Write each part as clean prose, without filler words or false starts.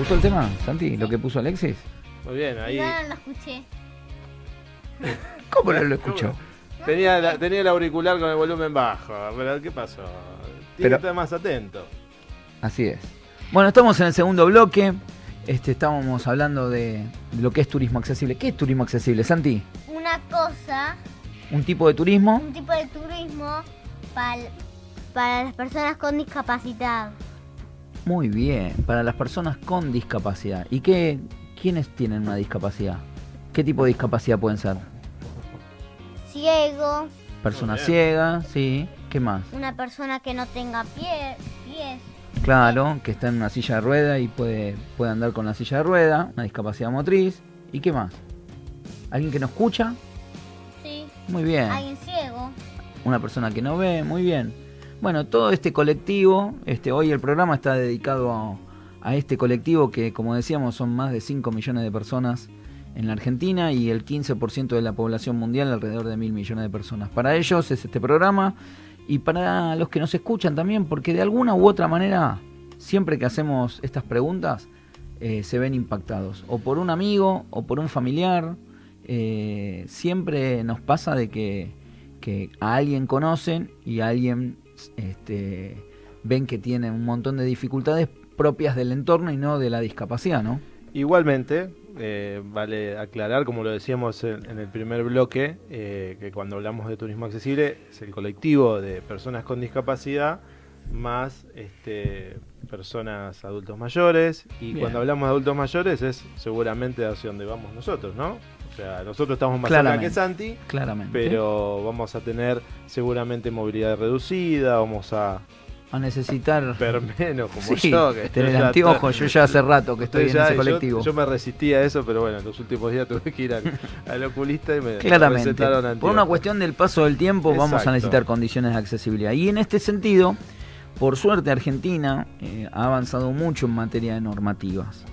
gustó el tema, Santi? ¿Lo que puso Alexis? Muy bien, ahí. No, no lo escuché. ¿Cómo no lo escuchó? Tenía el auricular con el volumen bajo, pero ¿qué pasó? Tiene que estar más atento. Así es. Bueno, estamos en el segundo bloque. Estábamos hablando de lo que es turismo accesible. ¿Qué es turismo accesible, Santi? Una cosa, ¿Un tipo de turismo? un tipo de turismo para las personas con discapacidad. Muy bien, para las personas con discapacidad. ¿Y quiénes tienen una discapacidad? ¿Qué tipo de discapacidad pueden ser? Ciego, Persona ciega, sí. ¿Qué más? una persona que no tenga pies. Claro, que está en una silla de rueda y puede andar con la silla de rueda, una discapacidad motriz. ¿Y qué más? ¿Alguien que no escucha? Sí. Muy bien. Alguien ciego. Una persona que no ve, muy bien. Bueno, todo este colectivo, hoy el programa está dedicado a este colectivo que, como decíamos, son más de 5 millones de personas en la Argentina y el 15% de la población mundial, alrededor de 1.000 millones de personas. Para ellos es este programa y para los que nos escuchan también, porque de alguna u otra manera, siempre que hacemos estas preguntas, se ven impactados. O por un amigo, o por un familiar. Siempre nos pasa de que a alguien conocen y a alguien ven que tiene un montón de dificultades propias del entorno y no de la discapacidad, ¿no? Igualmente, vale aclarar, como lo decíamos en el primer bloque, que cuando hablamos de turismo accesible es el colectivo de personas con discapacidad más personas adultos mayores, y Bien. Cuando hablamos de adultos mayores es seguramente hacia donde vamos nosotros, ¿no? O sea, nosotros estamos más cerca que Santi, claramente. pero vamos a tener seguramente movilidad reducida, vamos a necesitar ver menos, como sí, yo. Que tener anteojos. Yo ya hace rato que estoy en ese colectivo. Yo me resistí a eso, pero bueno, en los últimos días tuve que ir al oculista y me Claramente. recetaron anteojos. Por una cuestión del paso del tiempo, vamos Exacto. a necesitar condiciones de accesibilidad. Y en este sentido, por suerte, Argentina ha avanzado mucho en materia de normativas.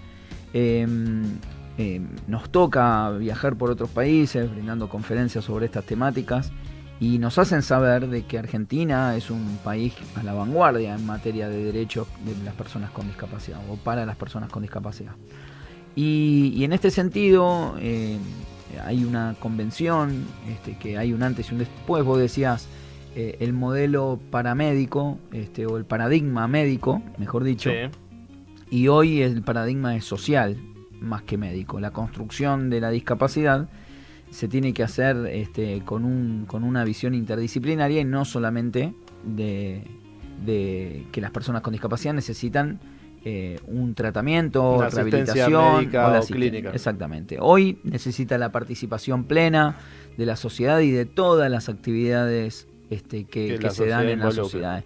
Nos toca viajar por otros países, brindando conferencias sobre estas temáticas, y nos hacen saber de que Argentina es un país a la vanguardia en materia de derechos de las personas con discapacidad, o para las personas con discapacidad. Y en este sentido, hay una convención, que hay un antes y un después. Vos decías, el modelo paramédico, o el paradigma médico, mejor dicho, Sí. y hoy el paradigma es social, más que médico. La construcción de la discapacidad se tiene que hacer con una visión interdisciplinaria y no solamente de que las personas con discapacidad necesitan un tratamiento, una asistencia rehabilitación médica o clínica. Exactamente. Hoy necesita la participación plena de la sociedad y de todas las actividades que se dan en la sociedad.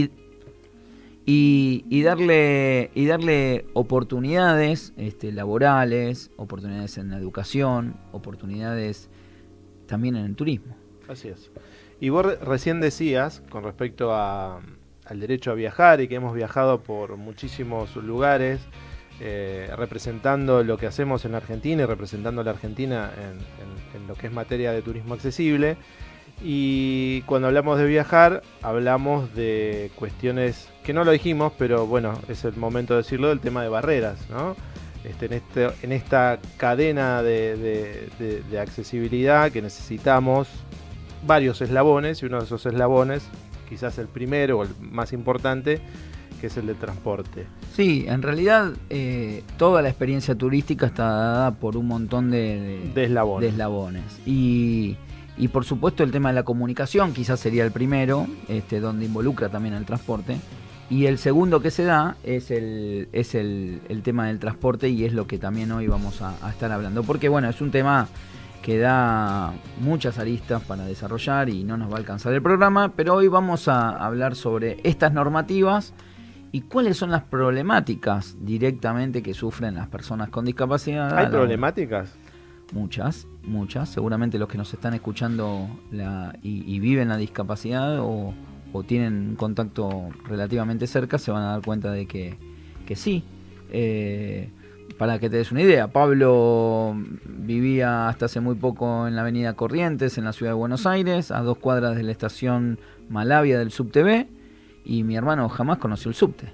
Y darle oportunidades laborales, oportunidades en la educación, oportunidades también en el turismo. Así es. Y vos recién decías, con respecto al derecho a viajar, y que hemos viajado por muchísimos lugares, representando lo que hacemos en la Argentina y representando a la Argentina en lo que es materia de turismo accesible. Y cuando hablamos de viajar, hablamos de cuestiones que no lo dijimos, pero bueno, es el momento de decirlo, del tema de barreras, ¿no? En esta cadena de accesibilidad que necesitamos varios eslabones, y uno de esos eslabones, quizás el primero o el más importante, que es el de transporte. Sí, en realidad toda la experiencia turística está dada por un montón de eslabones. Y por supuesto el tema de la comunicación quizás sería el primero, donde involucra también el transporte. Y el segundo que se da es el tema del transporte, y es lo que también hoy vamos a estar hablando. Porque bueno, es un tema que da muchas aristas para desarrollar y no nos va a alcanzar el programa, pero hoy vamos a hablar sobre estas normativas y cuáles son las problemáticas directamente que sufren las personas con discapacidad. ¿Hay problemáticas? Muchas. Seguramente los que nos están escuchando y viven la discapacidad o tienen un contacto relativamente cerca se van a dar cuenta de que sí. Para que te des una idea, Pablo vivía hasta hace muy poco en la avenida Corrientes, en la ciudad de Buenos Aires, a 2 cuadras de la estación Malavia del subte B, y mi hermano jamás conoció el subte.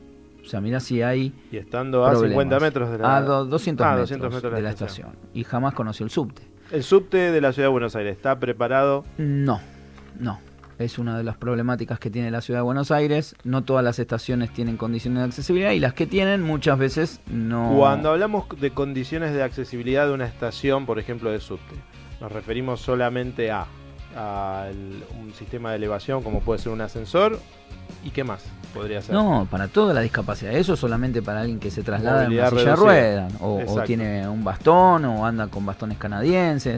O sea, mirá si hay Y estando a problemas. 50 metros de la... 200 metros, 200 metros de la estación. Y jamás conoció el subte. ¿El subte de la ciudad de Buenos Aires está preparado? No. Es una de las problemáticas que tiene la ciudad de Buenos Aires. No todas las estaciones tienen condiciones de accesibilidad y las que tienen muchas veces no. Cuando hablamos de condiciones de accesibilidad de una estación, por ejemplo, de subte, nos referimos solamente a un sistema de elevación como puede ser un ascensor. ¿Y qué más podría ser? No, para toda la discapacidad. Eso solamente para alguien que se traslada en una Movilidad silla de reducida. ruedas o Exacto. tiene un bastón o anda con bastones canadienses.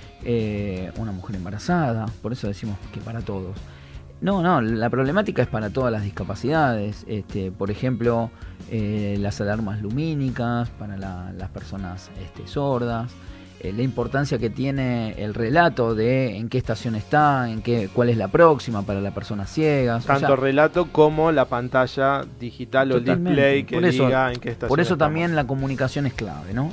Una mujer embarazada, por eso decimos que para todos. No, la problemática es para todas las discapacidades. Por ejemplo, las alarmas lumínicas para las personas sordas. La importancia que tiene el relato de en qué estación está, cuál es la próxima para las personas ciegas. Tanto relato como la pantalla digital o el Totalmente. display que Por eso- diga en qué estación Por eso estamos. también la comunicación es clave, ¿no?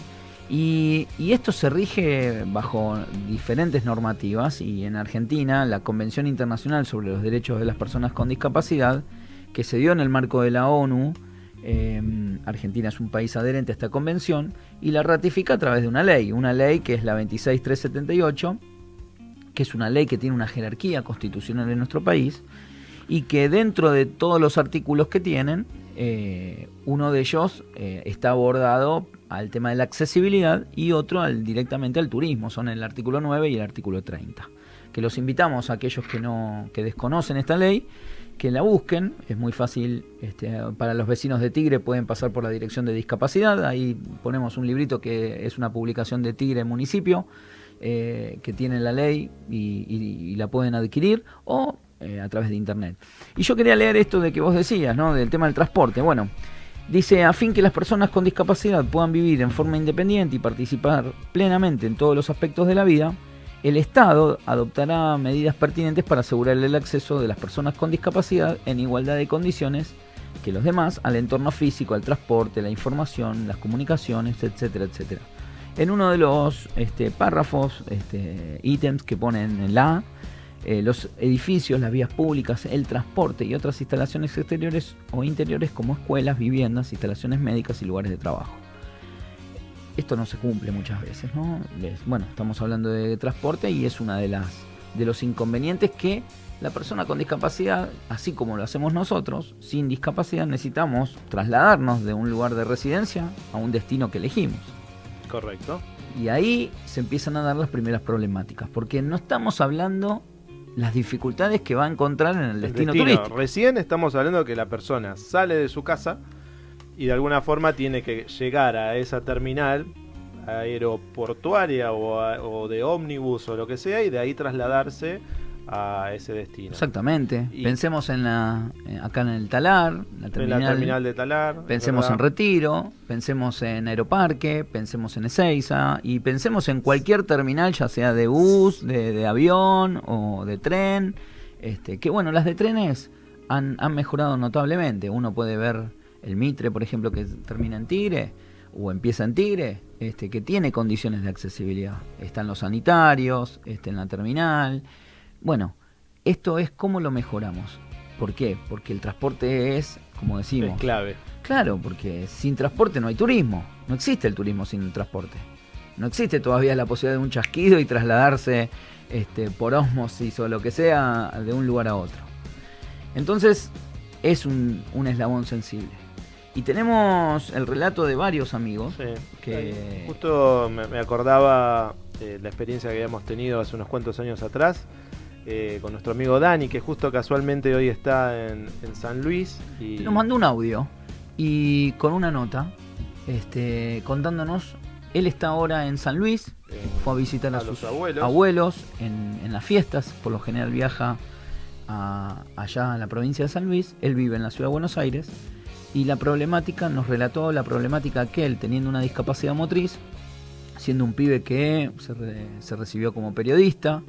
Y esto se rige bajo diferentes normativas y en Argentina la Convención Internacional sobre los Derechos de las Personas con Discapacidad, que se dio en el marco de la ONU, Argentina es un país adherente a esta convención y la ratifica a través de una ley que es la 26378, que es una ley que tiene una jerarquía constitucional en nuestro país y que dentro de todos los artículos que tienen, uno de ellos está abordado al tema de la accesibilidad y otro directamente al turismo. Son el artículo 9 y el artículo 30. Que los invitamos a aquellos que desconocen esta ley, que la busquen. Es muy fácil, para los vecinos de Tigre pueden pasar por la Dirección de Discapacidad. Ahí ponemos un librito que es una publicación de Tigre Municipio, que tiene la ley y la pueden adquirir, o a través de internet. Y yo quería leer esto de que vos decías, ¿no? Del tema del transporte. Bueno, dice: a fin que las personas con discapacidad puedan vivir en forma independiente y participar plenamente en todos los aspectos de la vida, el Estado adoptará medidas pertinentes para asegurar el acceso de las personas con discapacidad en igualdad de condiciones que los demás al entorno físico, al transporte, la información, las comunicaciones, etcétera, etcétera. En uno de los párrafos, ítems que ponen en la los edificios, las vías públicas, el transporte y otras instalaciones exteriores o interiores como escuelas, viviendas, instalaciones médicas y lugares de trabajo. Esto no se cumple muchas veces, ¿no? Bueno, estamos hablando de transporte y es una de los inconvenientes que la persona con discapacidad, así como lo hacemos nosotros, sin discapacidad, necesitamos trasladarnos de un lugar de residencia a un destino que elegimos. Correcto. Y ahí se empiezan a dar las primeras problemáticas, porque no estamos hablando las dificultades que va a encontrar en el destino turístico. Recién estamos hablando de que la persona sale de su casa y de alguna forma tiene que llegar a esa terminal aeroportuaria o de ómnibus o lo que sea, y de ahí trasladarse a ese destino. Exactamente. Y Pensemos acá en el Talar, en la terminal de Talar. Pensemos ¿verdad? en Retiro, pensemos en Aeroparque, pensemos en Ezeiza y pensemos en cualquier terminal, ya sea de bus, de avión o de tren. Que bueno, las de trenes han mejorado notablemente. Uno puede ver el Mitre, por ejemplo, que termina en Tigre o empieza en Tigre, que tiene condiciones de accesibilidad. Están los sanitarios, en la terminal. Bueno, esto es cómo lo mejoramos. ¿Por qué? Porque el transporte es, como decimos, Es clave. Claro, porque sin transporte no hay turismo. No existe el turismo sin transporte. No existe todavía la posibilidad de un chasquido y trasladarse por ósmosis o lo que sea de un lugar a otro. Entonces es un eslabón sensible. Y tenemos el relato de varios amigos Sí. que... Justo me acordaba la experiencia que habíamos tenido hace unos cuantos años atrás con nuestro amigo Dani, que justo casualmente hoy está en San Luis. Y Nos mandó un audio y con una nota contándonos. Él está ahora en San Luis, fue a visitar a sus los abuelos en las fiestas. Por lo general viaja allá a la provincia de San Luis. Él vive en la ciudad de Buenos Aires y nos relató la problemática que él, teniendo una discapacidad motriz, siendo un pibe que se recibió como periodista,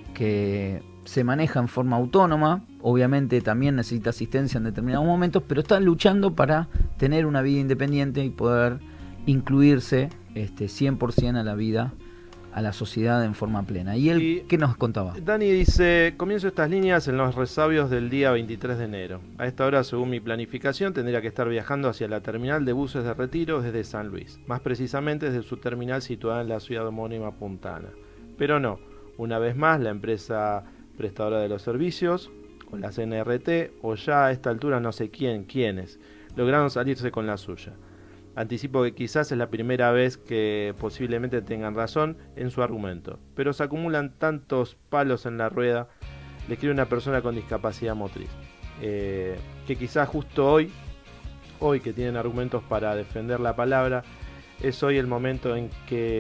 que se maneja en forma autónoma, obviamente también necesita asistencia en determinados momentos, pero está luchando para tener una vida independiente y poder incluirse 100% a la vida a la sociedad en forma plena. ¿Y él qué nos contaba? Dani dice, comienzo estas líneas en los resabios del día 23 de enero. A esta hora, según mi planificación, tendría que estar viajando hacia la terminal de buses de Retiro desde San Luis, más precisamente desde su terminal situada en la ciudad homónima Puntana. Pero no, una vez más la empresa prestadora de los servicios, o la CNRT, o ya a esta altura no sé quiénes, lograron salirse con la suya. Anticipo que quizás es la primera vez que posiblemente tengan razón en su argumento, pero se acumulan tantos palos en la rueda, le escribe una persona con discapacidad motriz, que quizás justo hoy que tienen argumentos para defender la palabra, es hoy el momento en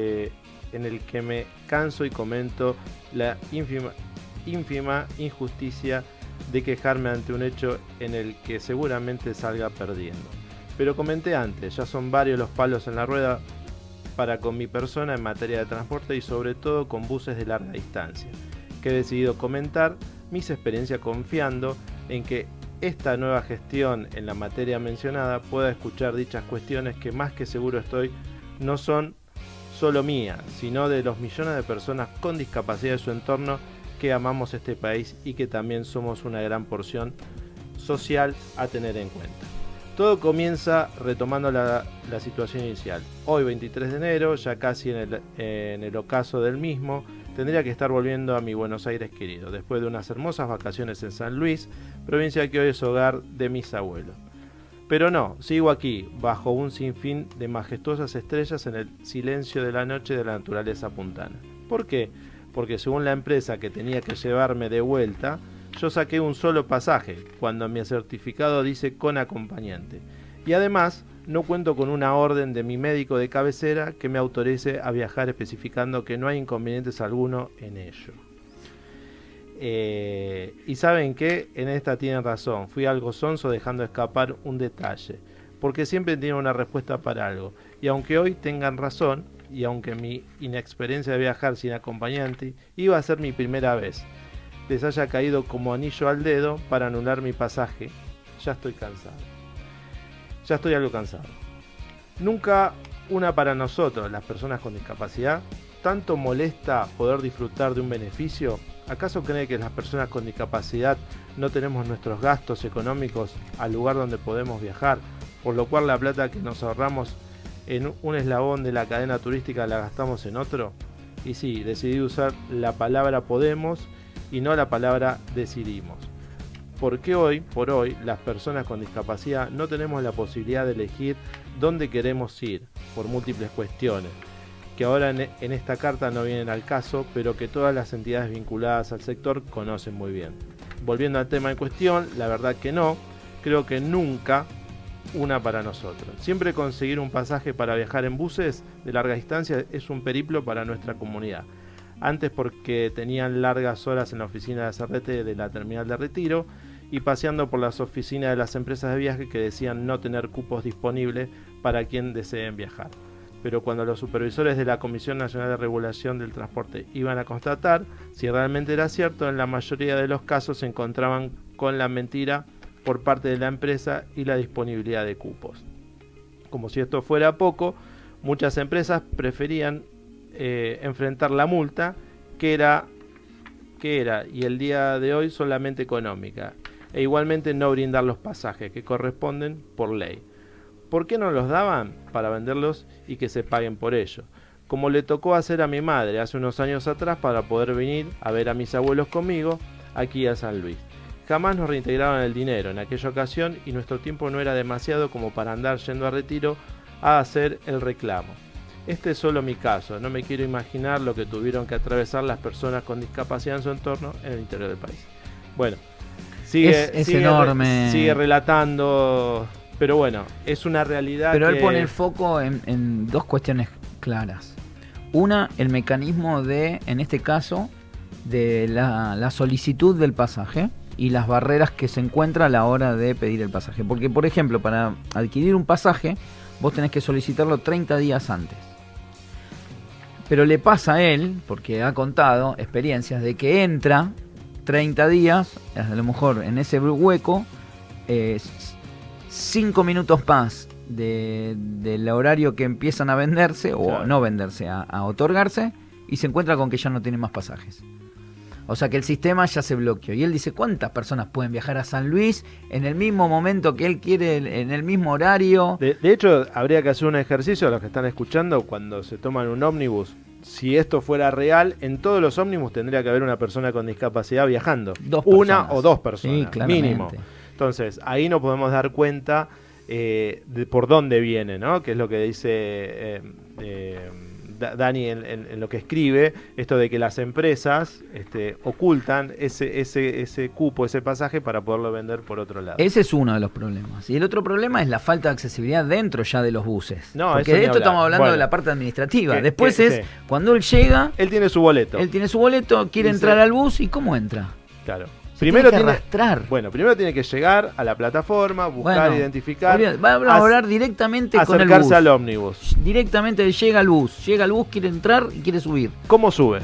el que me canso y comento la ínfima injusticia de quejarme ante un hecho en el que seguramente salga perdiendo. Pero comenté antes, ya son varios los palos en la rueda para con mi persona en materia de transporte y sobre todo con buses de larga distancia, que he decidido comentar mis experiencias confiando en que esta nueva gestión en la materia mencionada pueda escuchar dichas cuestiones que más que seguro estoy no son solo mías, sino de los millones de personas con discapacidad de su entorno que amamos este país y que también somos una gran porción social a tener en cuenta. Todo comienza retomando la situación inicial. Hoy, 23 de enero, ya casi en el ocaso del mismo, tendría que estar volviendo a mi Buenos Aires querido, después de unas hermosas vacaciones en San Luis, provincia que hoy es hogar de mis abuelos. Pero no, sigo aquí, bajo un sinfín de majestuosas estrellas en el silencio de la noche de la naturaleza puntana. ¿Por qué? Porque según la empresa que tenía que llevarme de vuelta, yo saqué un solo pasaje, cuando mi certificado dice con acompañante. Y además, no cuento con una orden de mi médico de cabecera que me autorice a viajar especificando que no hay inconvenientes alguno en ello. Y saben que en esta tienen razón, fui algo sonso dejando escapar un detalle, porque siempre tienen una respuesta para algo. Y aunque hoy tengan razón, y aunque mi inexperiencia de viajar sin acompañante iba a ser mi primera vez, les haya caído como anillo al dedo para anular mi pasaje, ya estoy cansado. Ya estoy algo cansado. Nunca una para nosotros, las personas con discapacidad, tanto molesta poder disfrutar de un beneficio. ¿Acaso cree que las personas con discapacidad no tenemos nuestros gastos económicos al lugar donde podemos viajar, por lo cual la plata que nos ahorramos en un eslabón de la cadena turística la gastamos en otro? Y sí, decidí usar la palabra podemos y no la palabra decidimos. Porque hoy por hoy las personas con discapacidad no tenemos la posibilidad de elegir dónde queremos ir por múltiples cuestiones, que ahora en esta carta no vienen al caso, pero que todas las entidades vinculadas al sector conocen muy bien. Volviendo al tema en cuestión, la verdad que no, creo que nunca una para nosotros. Siempre conseguir un pasaje para viajar en buses de larga distancia es un periplo para nuestra comunidad. Antes porque tenían largas horas en la oficina de CRT de la terminal de Retiro y paseando por las oficinas de las empresas de viaje que decían no tener cupos disponibles para quien deseen viajar. Pero cuando los supervisores de la Comisión Nacional de Regulación del Transporte iban a constatar si realmente era cierto, en la mayoría de los casos se encontraban con la mentira por parte de la empresa y la disponibilidad de cupos. Como si esto fuera poco, muchas empresas preferían enfrentar la multa que era y el día de hoy solamente económica, e igualmente no brindar los pasajes que corresponden por ley. ¿Por qué no los daban? Para venderlos y que se paguen por ello, como le tocó hacer a mi madre hace unos años atrás para poder venir a ver a mis abuelos conmigo aquí a San Luis. Jamás nos reintegraron el dinero en aquella ocasión y nuestro tiempo no era demasiado como para andar yendo a Retiro a hacer el reclamo. Este es solo mi caso, no me quiero imaginar lo que tuvieron que atravesar las personas con discapacidad en su entorno en el interior del país. Bueno, sigue enorme. Sigue relatando, pero bueno, es una realidad. Pero él pone el foco en dos cuestiones claras. Una, el mecanismo de, en este caso, de la solicitud del pasaje y las barreras que se encuentra a la hora de pedir el pasaje. Porque, por ejemplo, para adquirir un pasaje, vos tenés que solicitarlo 30 días antes. Pero le pasa a él, porque ha contado experiencias de que entra 30 días, a lo mejor en ese hueco, 5 minutos más del horario que empiezan a venderse, o claro, no venderse, a otorgarse, y se encuentra con que ya no tiene más pasajes. O sea que el sistema ya se bloqueó. Y él dice, ¿cuántas personas pueden viajar a San Luis en el mismo momento que él quiere, en el mismo horario? De hecho, habría que hacer un ejercicio a los que están escuchando cuando se toman un ómnibus. Si esto fuera real, en todos los ómnibus tendría que haber una persona con discapacidad viajando. Una o dos personas, sí, claramente. mínimo. Entonces, ahí nos podemos dar cuenta de por dónde viene, ¿no? Que es lo que dice Dani en lo que escribe, esto de que las empresas ocultan ese cupo, ese pasaje para poderlo vender por otro lado. Ese es uno de los problemas. Y el otro problema es la falta de accesibilidad dentro ya de los buses. No, porque eso de esto estamos hablando bueno, de la parte administrativa. que, Después sí. Cuando él llega, él tiene su boleto. Quiere entrar al bus, ¿y cómo entra? Claro. Primero tiene que arrastrar. Bueno, primero tiene que llegar a la plataforma, buscar, identificar. Vamos a hablar directamente con el bus. Acercarse al ómnibus. Directamente llega al bus, quiere entrar y quiere subir. ¿Cómo sube?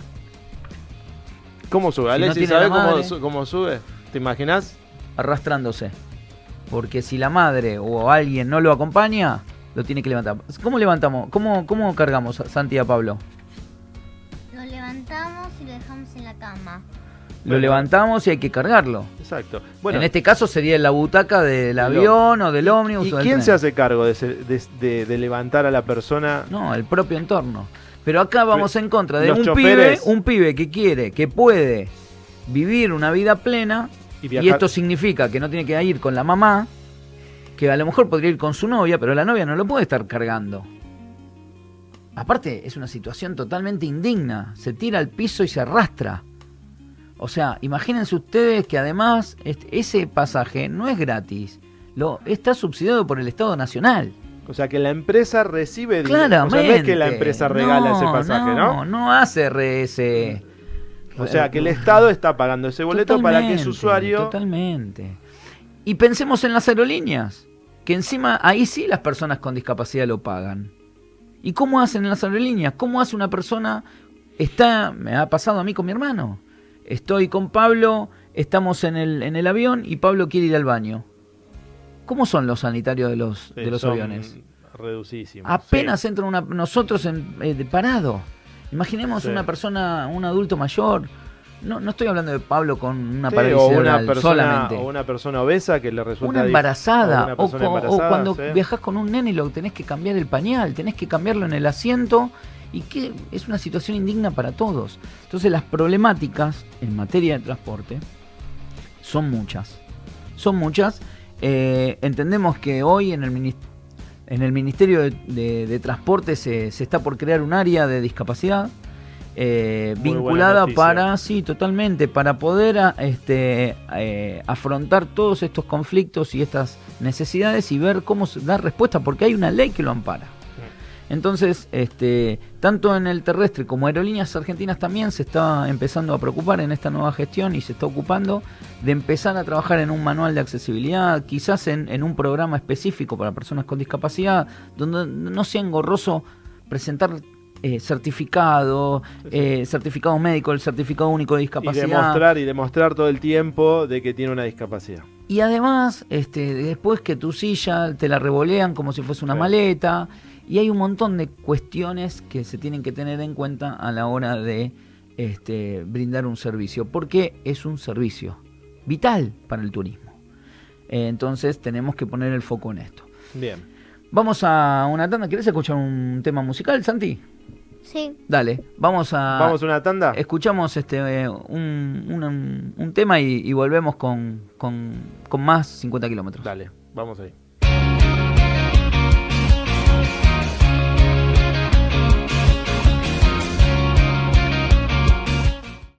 Alexis, no ¿sabes cómo sube? ¿Te imaginas? Arrastrándose. Porque si la madre o alguien no lo acompaña, lo tiene que levantar. ¿Cómo levantamos? ¿Cómo cargamos a Santi y a Pablo? Lo levantamos y lo dejamos en la cama. Lo levantamos y hay que cargarlo. Exacto. Bueno, en este caso sería en la butaca del avión o del ómnibus. ¿Y o del quién tren. se hace cargo de levantar a la persona? No, el propio entorno. Pero acá vamos en contra de choferes. un pibe que puede vivir una vida plena, y esto significa que no tiene que ir con la mamá, que a lo mejor podría ir con su novia, pero la novia no lo puede estar cargando. Aparte, es una situación totalmente indigna. Se tira al piso y se arrastra. O sea, imagínense ustedes que además ese pasaje no es gratis, está subsidiado por el Estado Nacional. O sea, que la empresa recibe dinero. Claramente. O sea, no es que la empresa regala ese pasaje, ¿no? No hace ese... O sea, que el Estado está pagando ese boleto para que ese usuario... Totalmente. Y pensemos en las aerolíneas, que encima ahí sí las personas con discapacidad lo pagan. ¿Y cómo hacen en las aerolíneas? ¿Cómo hace una persona? Me ha pasado a mí con mi hermano. Estoy con Pablo, estamos en el avión y Pablo quiere ir al baño. ¿Cómo son los sanitarios de los aviones? Reducísimos. Apenas entra nosotros de parado. Imaginemos una persona, un adulto mayor. No estoy hablando de Pablo con una parálisis cerebral solamente. O una persona obesa que le resulta... Una embarazada. O cuando viajás con un nene y lo tenés que cambiar el pañal, tenés que cambiarlo en el asiento... Y que es una situación indigna para todos. Entonces las problemáticas en materia de transporte son muchas. Entendemos que hoy en el Ministerio de Transporte se está por crear un área de discapacidad vinculada para poder afrontar todos estos conflictos y estas necesidades y ver cómo dar respuesta, porque hay una ley que lo ampara. Entonces, tanto en el terrestre como Aerolíneas Argentinas también se está empezando a preocupar en esta nueva gestión y se está ocupando de empezar a trabajar en un manual de accesibilidad, quizás en un programa específico para personas con discapacidad, donde no sea engorroso presentar certificado médico, el certificado único de discapacidad. Y demostrar todo el tiempo de que tiene una discapacidad. Y además, después que tu silla te la revolean como si fuese una maleta. Y hay un montón de cuestiones que se tienen que tener en cuenta a la hora de brindar un servicio, porque es un servicio vital para el turismo. Entonces tenemos que poner el foco en esto. Bien. Vamos a una tanda. ¿Querés escuchar un tema musical, Santi? Sí. Dale, vamos a una tanda. Escuchamos un tema y volvemos con más 50 kilómetros. Dale, vamos ahí.